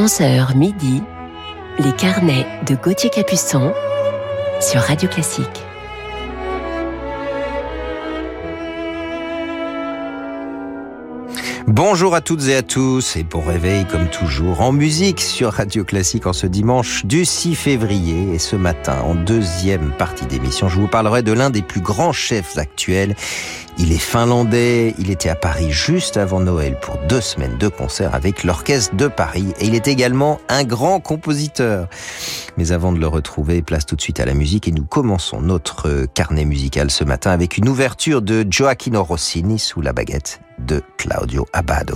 11h midi, les carnets de Gauthier Capuçon sur Radio Classique. Bonjour à toutes et à tous, et bon réveil comme toujours en musique sur Radio Classique en ce dimanche du 6 février. Et ce matin, en deuxième partie d'émission, je vous parlerai de l'un des plus grands chefs actuels. Il est finlandais, il était à Paris juste avant Noël pour 2 semaines de concert avec l'Orchestre de Paris. Et il est également un grand compositeur. Mais avant de le retrouver, place tout de suite à la musique et nous commençons notre carnet musical ce matin avec une ouverture de Gioachino Rossini sous la baguette de Claudio Abbado.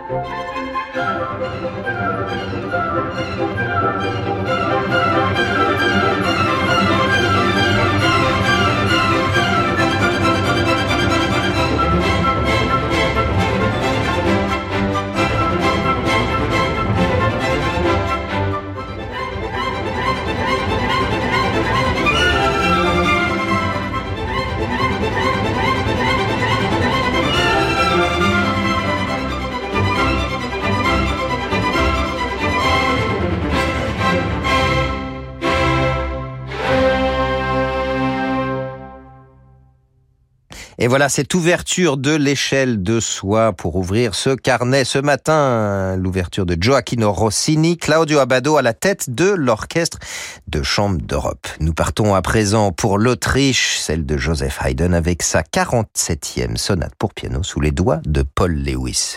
Et voilà cette ouverture de l'échelle de soi pour ouvrir ce carnet ce matin. L'ouverture de Gioacchino Rossini, Claudio Abbado à la tête de l'orchestre de chambre d'Europe. Nous partons à présent pour l'Autriche, celle de Joseph Haydn avec sa 47e sonate pour piano sous les doigts de Paul Lewis.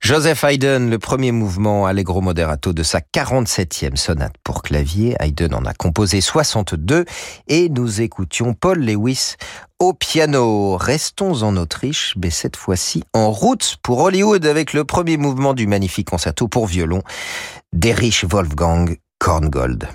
Joseph Haydn, le premier mouvement Allegro moderato de sa 47e sonate pour clavier. Haydn en a composé 62 et nous écoutions Paul Lewis au piano. Restons en Autriche, mais cette fois-ci en route pour Hollywood avec le premier mouvement du magnifique concerto pour violon d'Erich Wolfgang Korngold.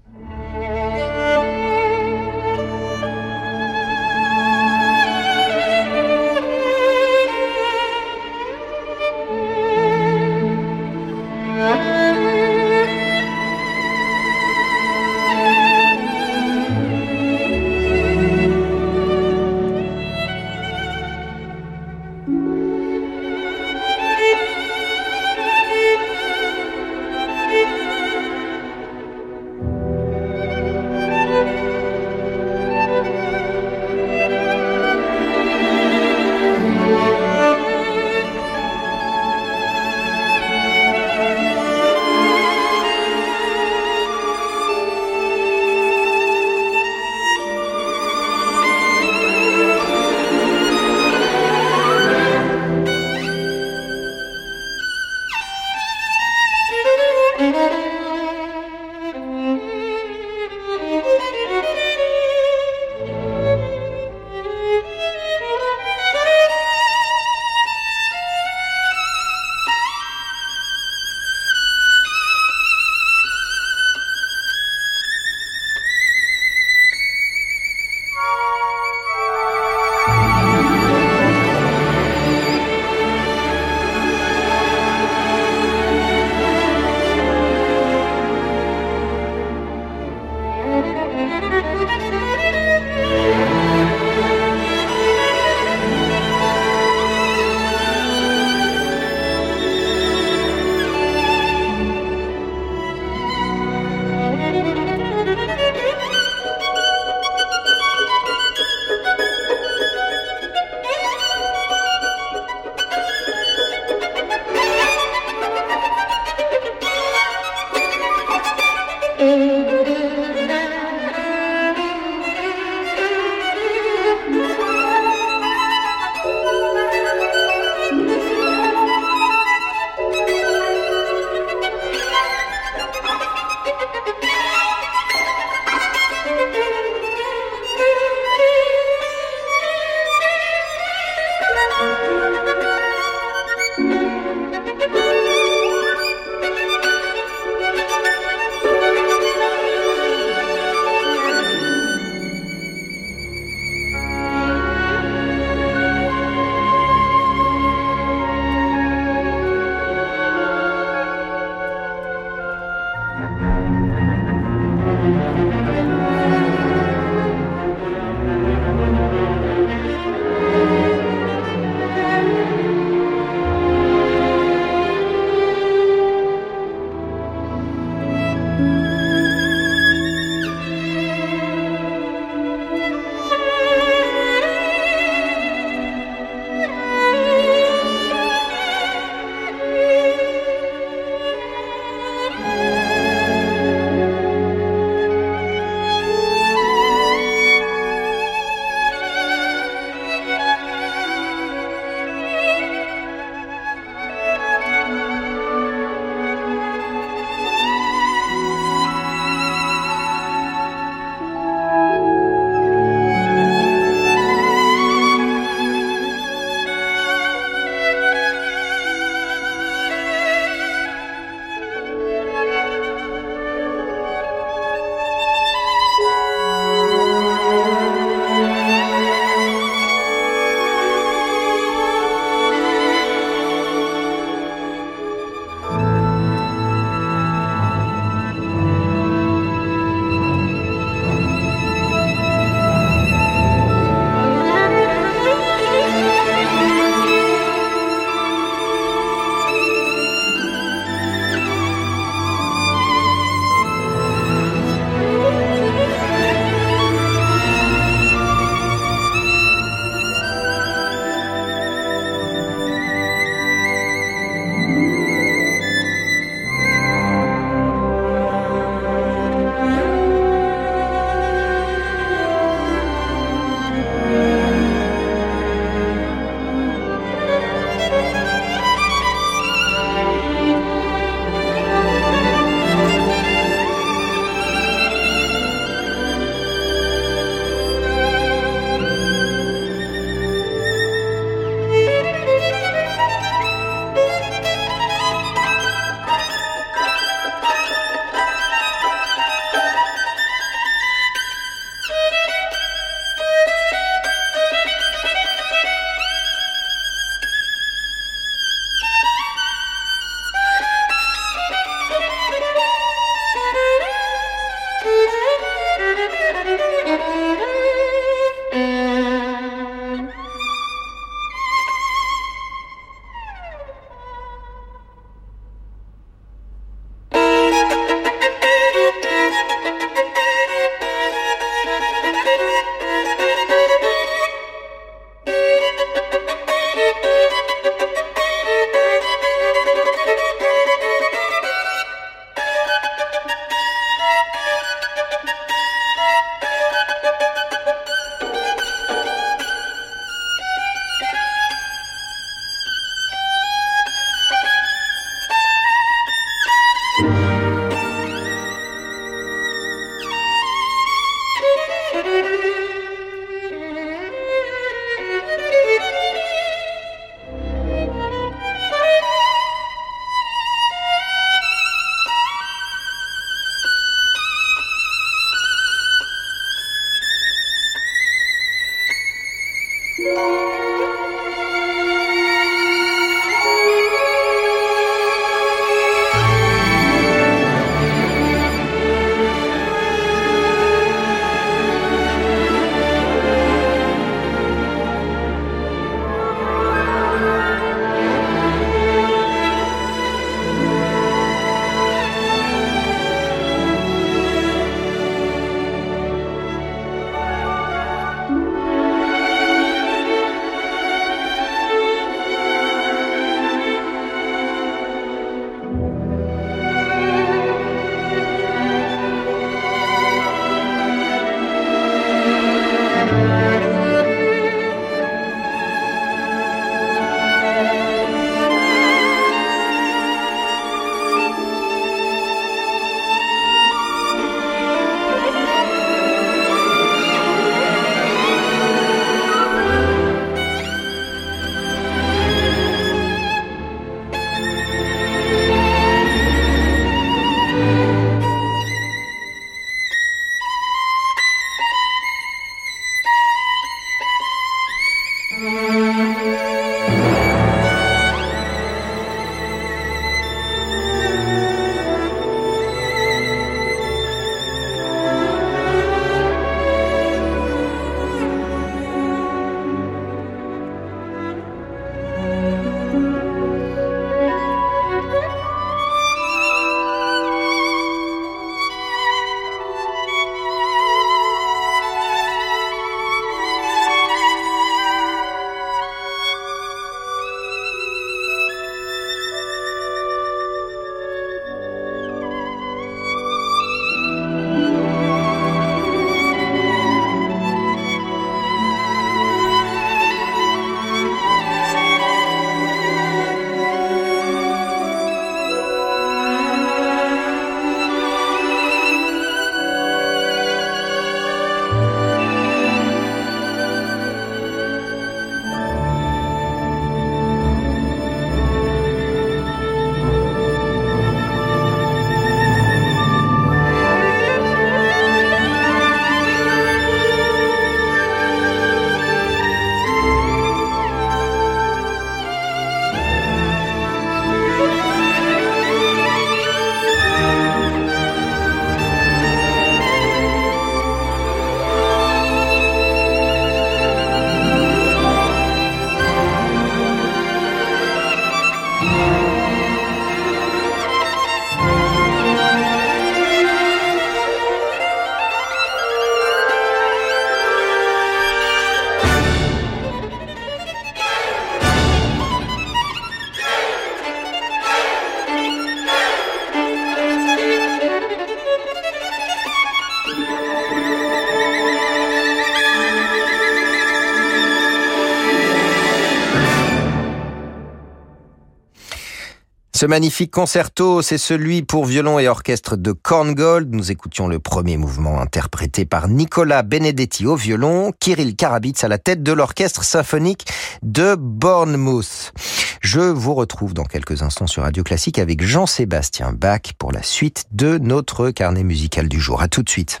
Ce magnifique concerto, c'est celui pour violon et orchestre de Korngold. Nous écoutions le premier mouvement interprété par Nicola Benedetti au violon, Kirill Karabits à la tête de l'orchestre symphonique de Bournemouth. Je vous retrouve dans quelques instants sur Radio Classique avec Jean-Sébastien Bach pour la suite de notre carnet musical du jour. À tout de suite.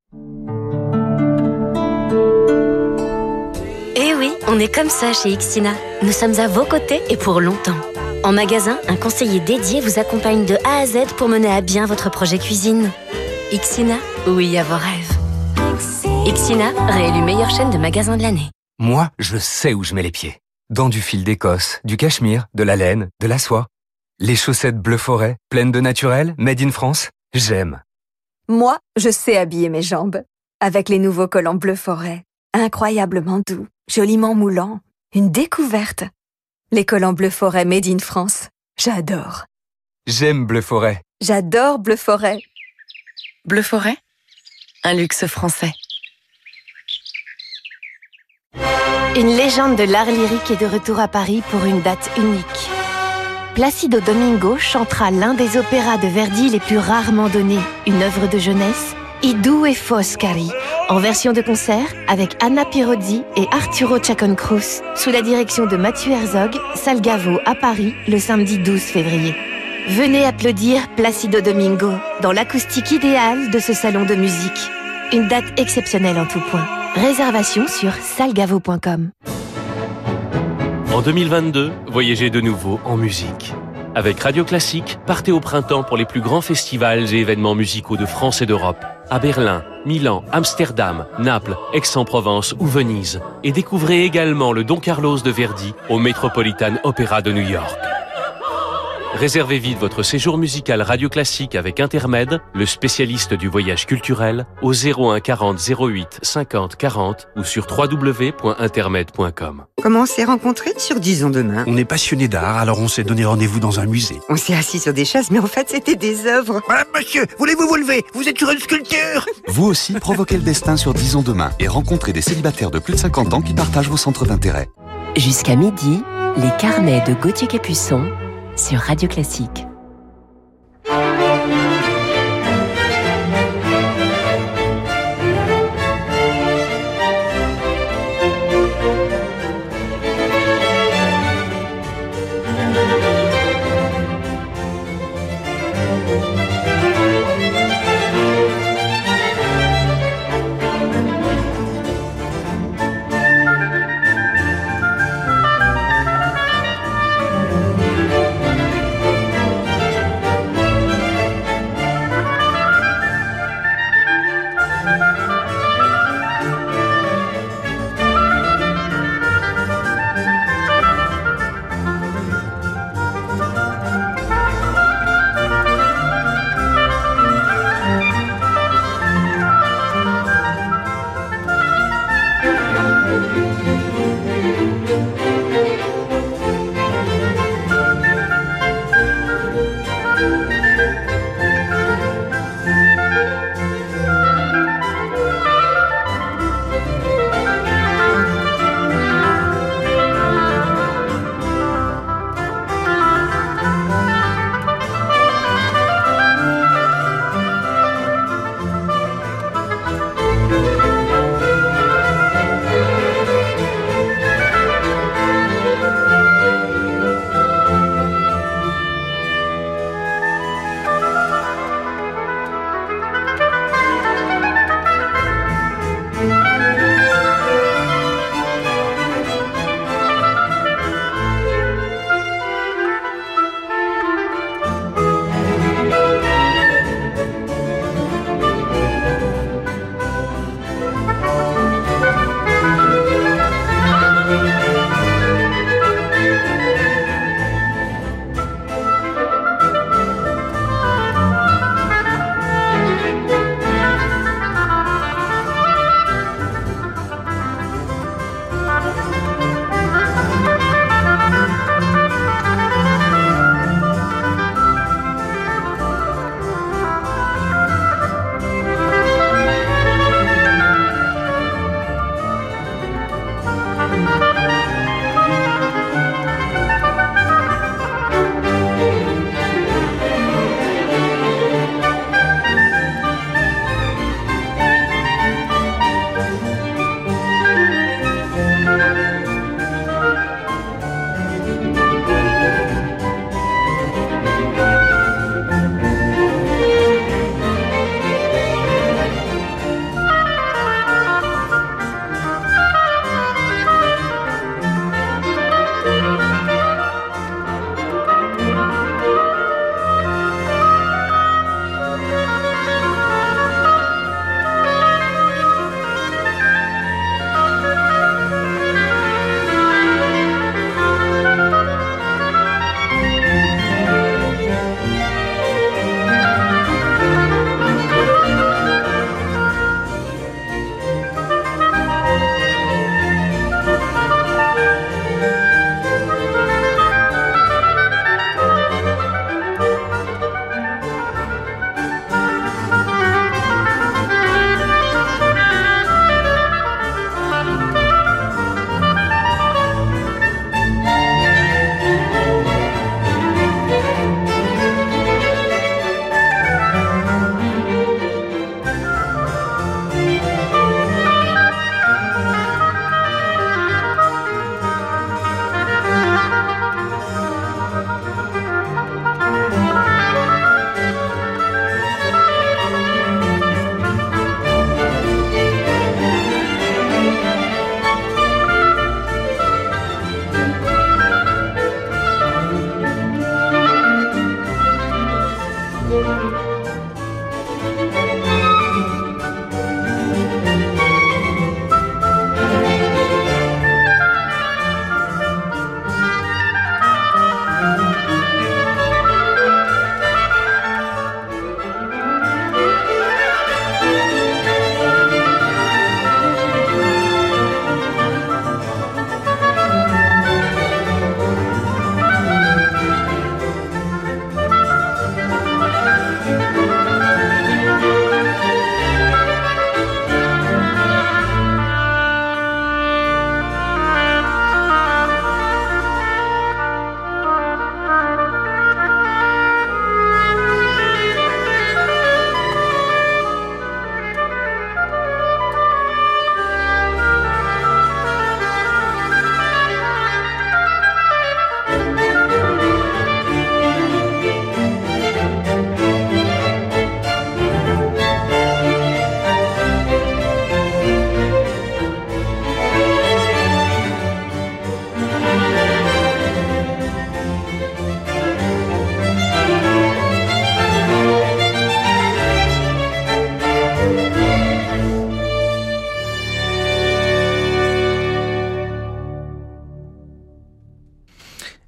Eh oui, on est comme ça chez Ixina. Nous sommes à vos côtés et pour longtemps. En magasin, un conseiller dédié vous accompagne de A à Z pour mener à bien votre projet cuisine. Ixina, oui à vos rêves. Ixina, réélu meilleure chaîne de magasins de l'année. Moi, je sais où je mets les pieds. Dans du fil d'Écosse, du cachemire, de la laine, de la soie. Les chaussettes bleu forêt, pleines de naturel, made in France, j'aime. Moi, je sais habiller mes jambes. Avec les nouveaux collants bleu forêt. incroyablement doux, joliment moulant, une découverte. Les collants Bleu Forêt made in France, j'adore. J'aime Bleu Forêt. J'adore Bleu Forêt. Bleu Forêt, un luxe français. Une légende de l'art lyrique est de retour à Paris pour une date unique. Plácido Domingo chantera l'un des opéras de Verdi les plus rarement donnés, une œuvre de jeunesse, I due Foscari, en version de concert avec Anna Pirozzi et Arturo Chacón-Cruz, sous la direction de Mathieu Herzog, salle Gaveau à Paris, le samedi 12 février. Venez applaudir Plácido Domingo dans l'acoustique idéale de ce salon de musique. Une date exceptionnelle en tout point. Réservation sur salgavo.com. En 2022, voyagez de nouveau en musique. Avec Radio Classique, partez au printemps pour les plus grands festivals et événements musicaux de France et d'Europe. À Berlin, Milan, Amsterdam, Naples, Aix-en-Provence ou Venise. Et découvrez également le Don Carlos de Verdi au Metropolitan Opera de New York. Réservez vite votre séjour musical Radio Classique avec Intermed, le spécialiste du voyage culturel, au 01 40 08 50 40 ou sur www.intermed.com. Comment on s'est rencontrés sur Disons Demain? On est passionnés d'art, alors on s'est donné rendez-vous dans un musée. On s'est assis sur des chaises, mais en fait c'était des œuvres. Ah, monsieur, voulez-vous vous lever? Vous êtes sur une sculpture. Vous aussi, provoquez le destin sur Disons Demain et rencontrez des célibataires de plus de 50 ans qui partagent vos centres d'intérêt. Jusqu'à midi, les carnets de Gauthier Capuçon sur Radio Classique.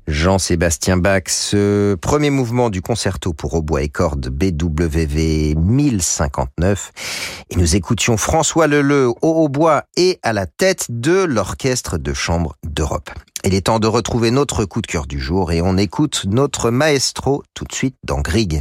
Jean-Sébastien Bach, ce premier mouvement du concerto pour hautbois et cordes BWV 1059. Et nous écoutions François Leleu au hautbois et à la tête de l'Orchestre de chambre d'Europe. Il est temps de retrouver notre coup de cœur du jour et on écoute notre maestro tout de suite dans Grieg.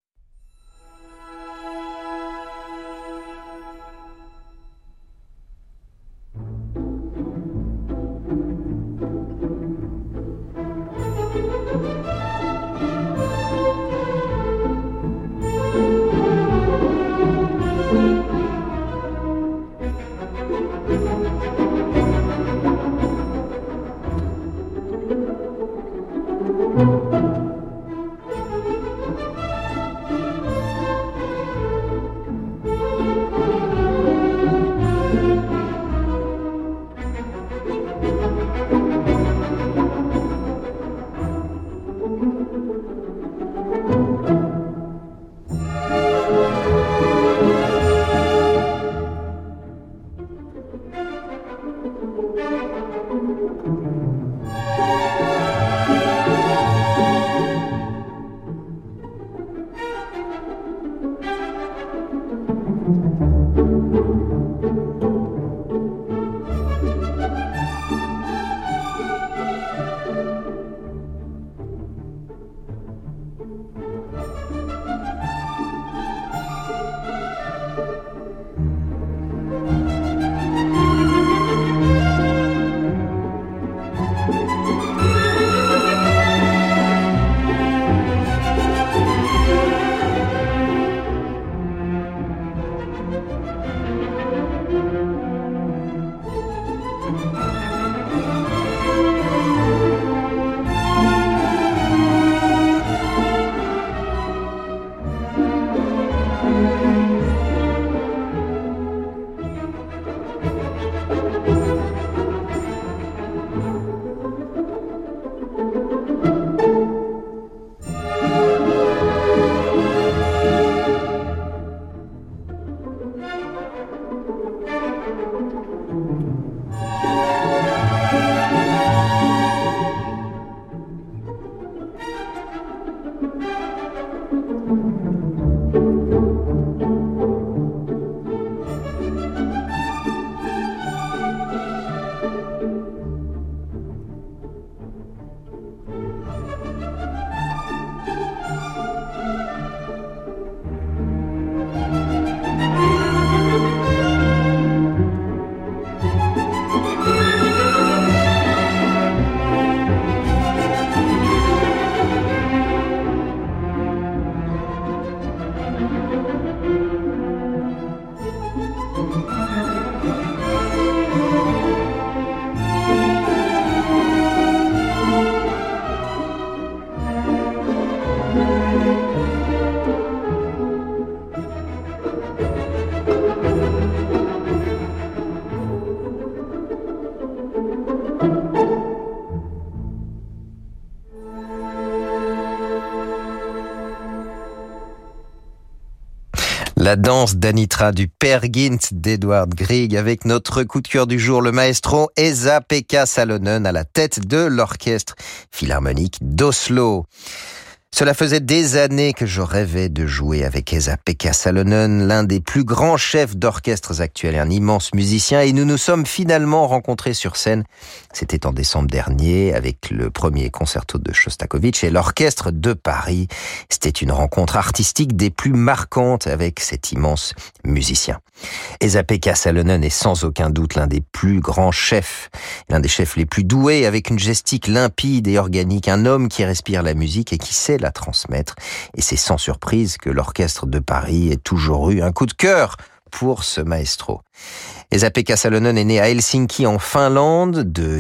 La danse d'Anitra du Peer Gynt d'Edvard Grieg avec notre coup de cœur du jour, le maestro Esa-Pekka Salonen à la tête de l'orchestre philharmonique d'Oslo. Cela faisait des années que je rêvais de jouer avec Esa-Pekka Salonen, l'un des plus grands chefs d'orchestres actuels et un immense musicien, et nous nous sommes finalement rencontrés sur scène. C'était en décembre dernier avec le premier concerto de Shostakovich et l'orchestre de Paris. C'était une rencontre artistique des plus marquantes avec cet immense musicien. Esa-Pekka Salonen est sans aucun doute l'un des plus grands chefs, l'un des chefs les plus doués, avec une gestique limpide et organique, un homme qui respire la musique et qui sait la transmettre. Et c'est sans surprise que l'orchestre de Paris ait toujours eu un coup de cœur pour ce maestro. Esa-Pekka Salonen est né à Helsinki en Finlande. De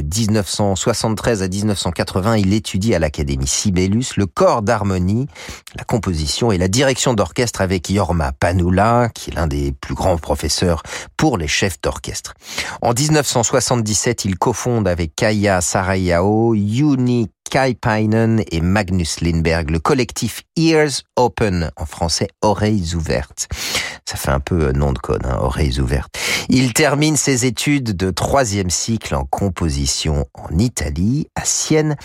1973 à 1980, il étudie à l'Académie Sibelius le corps d'harmonie, la composition et la direction d'orchestre avec Jorma Panula, qui est l'un des plus grands professeurs pour les chefs d'orchestre. En 1977, il cofonde avec Kaija Saariaho, Jouni Kaipainen et Magnus Lindberg le collectif Ears Open, en français oreilles ouvertes. Ça fait un peu nom de code, hein, oreilles ouvertes. Il termine ses études de 3e cycle en composition en Italie, à Sienne,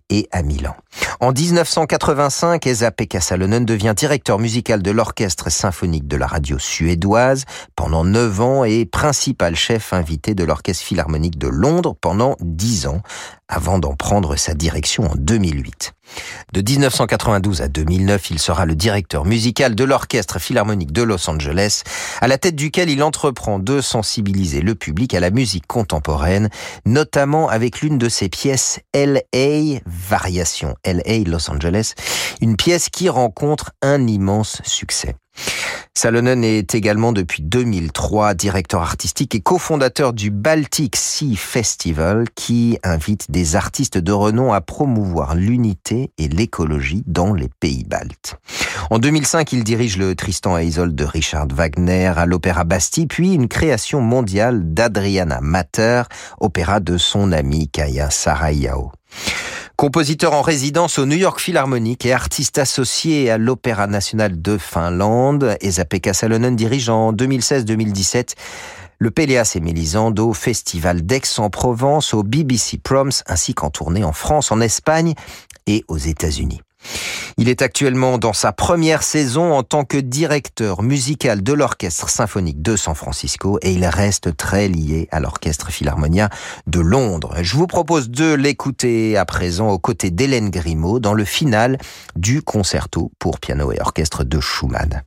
et à Milan. En 1985, Esa-Pekka Salonen devient directeur musical de l'orchestre symphonique de la radio suédoise pendant 9 ans et principal chef invité de l'orchestre philharmonique de Londres pendant 10 ans, avant d'en prendre sa direction en 2008. De 1992 à 2009, il sera le directeur musical de l'Orchestre Philharmonique de Los Angeles, à la tête duquel il entreprend de sensibiliser le public à la musique contemporaine, notamment avec l'une de ses pièces L.A. Variation, L.A. Los Angeles, une pièce qui rencontre un immense succès. Salonen est également depuis 2003 directeur artistique et cofondateur du Baltic Sea Festival qui invite des artistes de renom à promouvoir l'unité et l'écologie dans les pays baltes. En 2005, il dirige le Tristan et Isolde de Richard Wagner à l'Opéra Bastille, puis une création mondiale d'Adriana Mater, opéra de son ami Kaija Saariaho. Compositeur en résidence au New York Philharmonic et artiste associé à l'Opéra national de Finlande, Esa-Pekka Salonen dirige en 2016-2017 le Pelléas et Mélisande au Festival d'Aix-en-Provence, au BBC Proms, ainsi qu'en tournée en France, en Espagne et aux États-Unis. Il est actuellement dans sa première saison en tant que directeur musical de l'Orchestre symphonique de San Francisco et il reste très lié à l'Orchestre Philharmonia de Londres. Je vous propose de l'écouter à présent aux côtés d'Hélène Grimaud dans le final du concerto pour piano et orchestre de Schumann.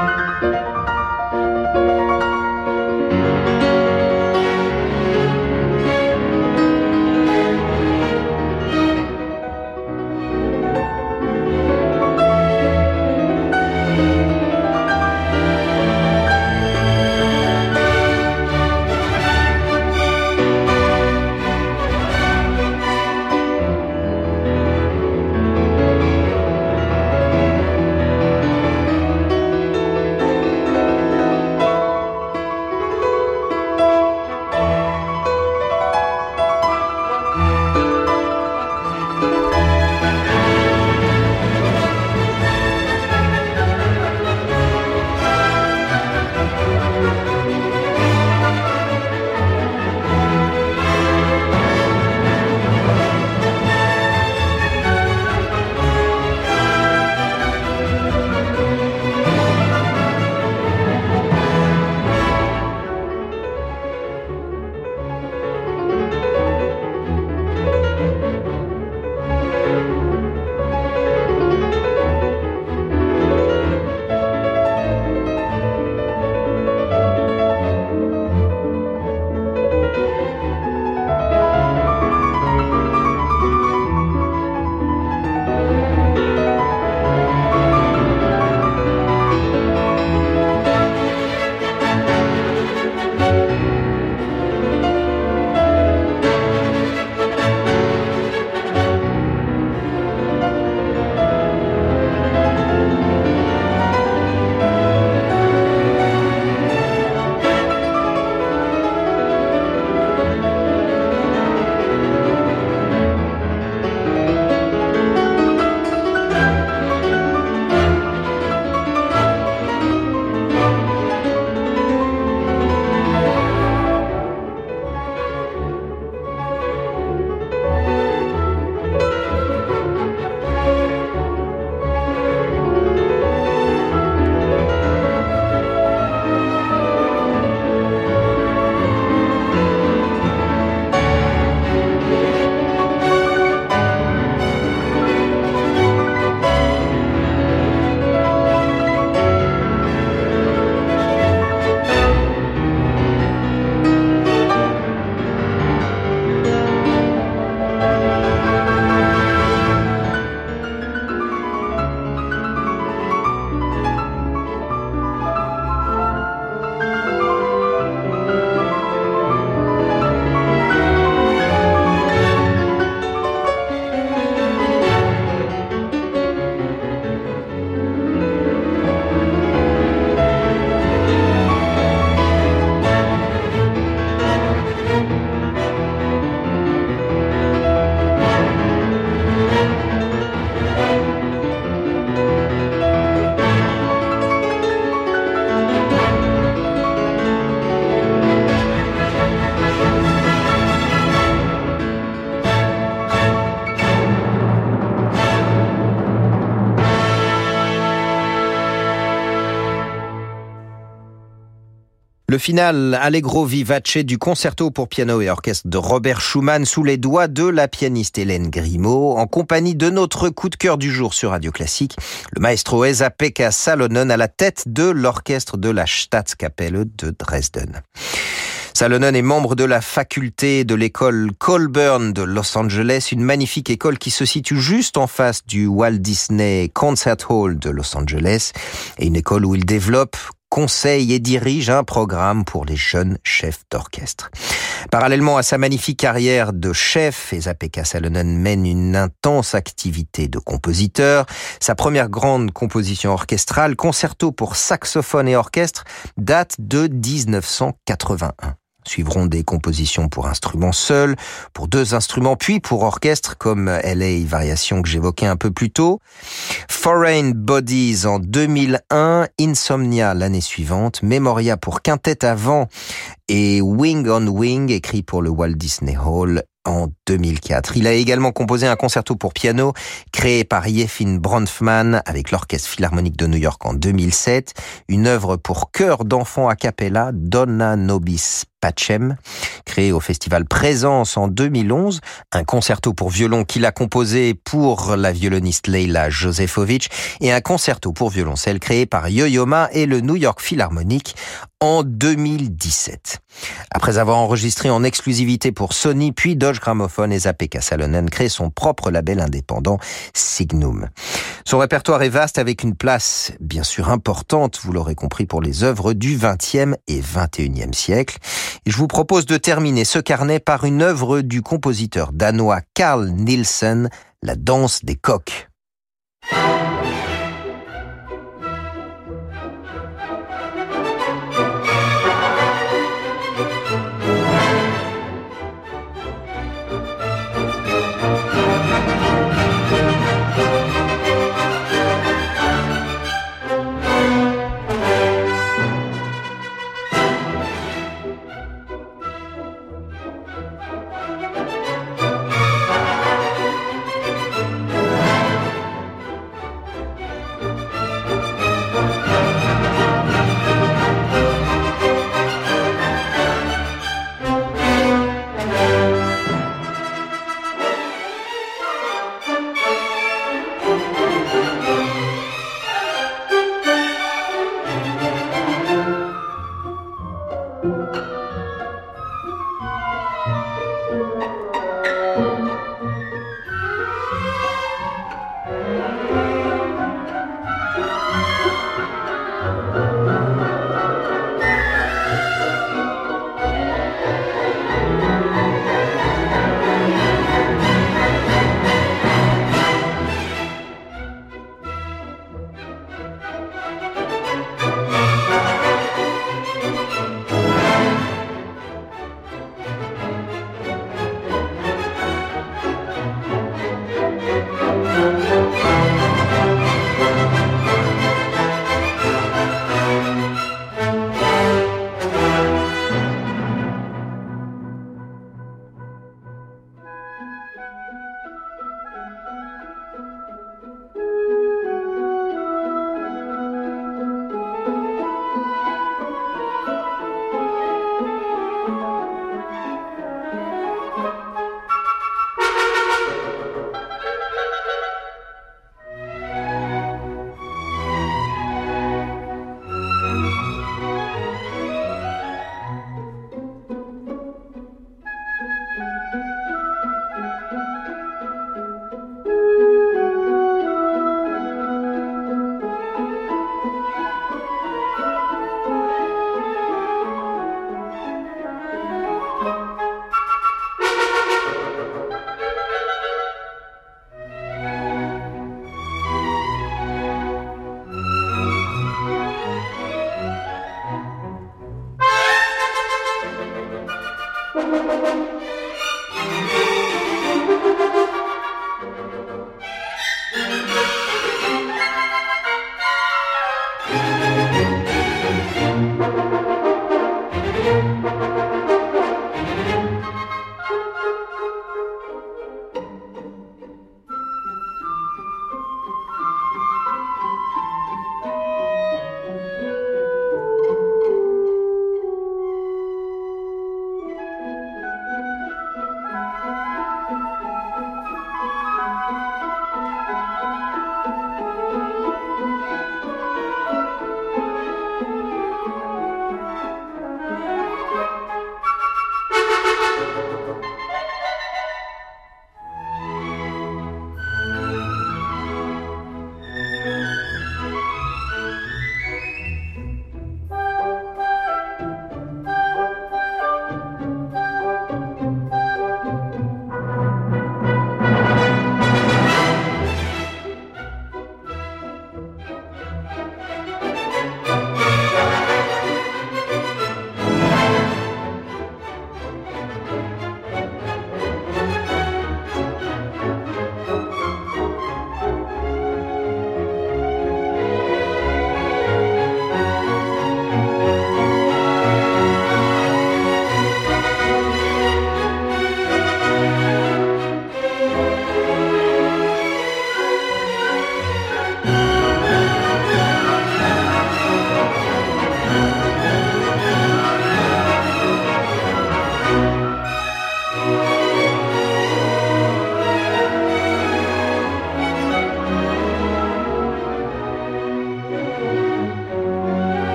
Le final Allegro vivace du concerto pour piano et orchestre de Robert Schumann sous les doigts de la pianiste Hélène Grimaud, en compagnie de notre coup de cœur du jour sur Radio Classique, le maestro Esa-Pekka Salonen à la tête de l'orchestre de la Staatskapelle de Dresden. Salonen est membre de la faculté de l'école Colburn de Los Angeles, une magnifique école qui se situe juste en face du Walt Disney Concert Hall de Los Angeles, et une école où il développe, conseille et dirige un programme pour les jeunes chefs d'orchestre. Parallèlement à sa magnifique carrière de chef, Esa-Pekka Salonen mène une intense activité de compositeur. Sa première grande composition orchestrale, concerto pour saxophone et orchestre, date de 1981. Suivront des compositions pour instruments seuls, pour 2 instruments, puis pour orchestre, comme LA Variation que j'évoquais un peu plus tôt. Foreign Bodies en 2001, Insomnia l'année suivante, Memoria pour quintette à vent et Wing on Wing, écrit pour le Walt Disney Hall en 2004. Il a également composé un concerto pour piano créé par Yefim Bronfman avec l'Orchestre Philharmonique de New York en 2007, une œuvre pour chœur d'enfants a cappella, Donna Nobis Pacem, créé au festival Présence en 2011, un concerto pour violon qu'il a composé pour la violoniste Leila Josefovich et un concerto pour violoncelle créé par Yo-Yo Ma et le New York Philharmonic en 2017. Après avoir enregistré en exclusivité pour Sony, puis Deutsche Grammophon, Esa-Pekka Salonen crée son propre label indépendant, Signum. Son répertoire est vaste avec une place bien sûr importante, vous l'aurez compris, pour les œuvres du XXe et XXIe siècle. Et je vous propose de terminer ce carnet par une œuvre du compositeur danois Carl Nielsen, La danse des coqs.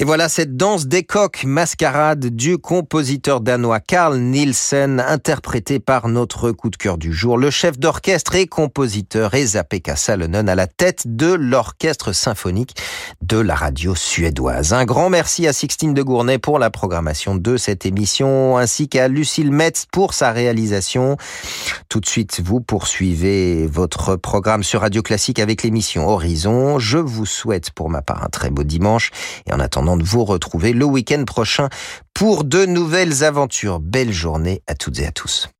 voilà cette danse des coqs, mascarade du compositeur danois Carl Nielsen, interprété par notre coup de cœur du jour, le chef d'orchestre et compositeur Esa-Pekka Salonen à la tête de l'orchestre symphonique de la radio suédoise. Un grand merci à Sixtine de Gournay pour la programmation de cette émission, ainsi qu'à Lucille Metz pour sa réalisation. Tout de suite, vous poursuivez votre programme sur Radio Classique avec l'émission Horizon. Je vous souhaite pour ma part un très beau dimanche et en attendant de vous retrouver le week-end prochain pour de nouvelles aventures. Belle journée à toutes et à tous.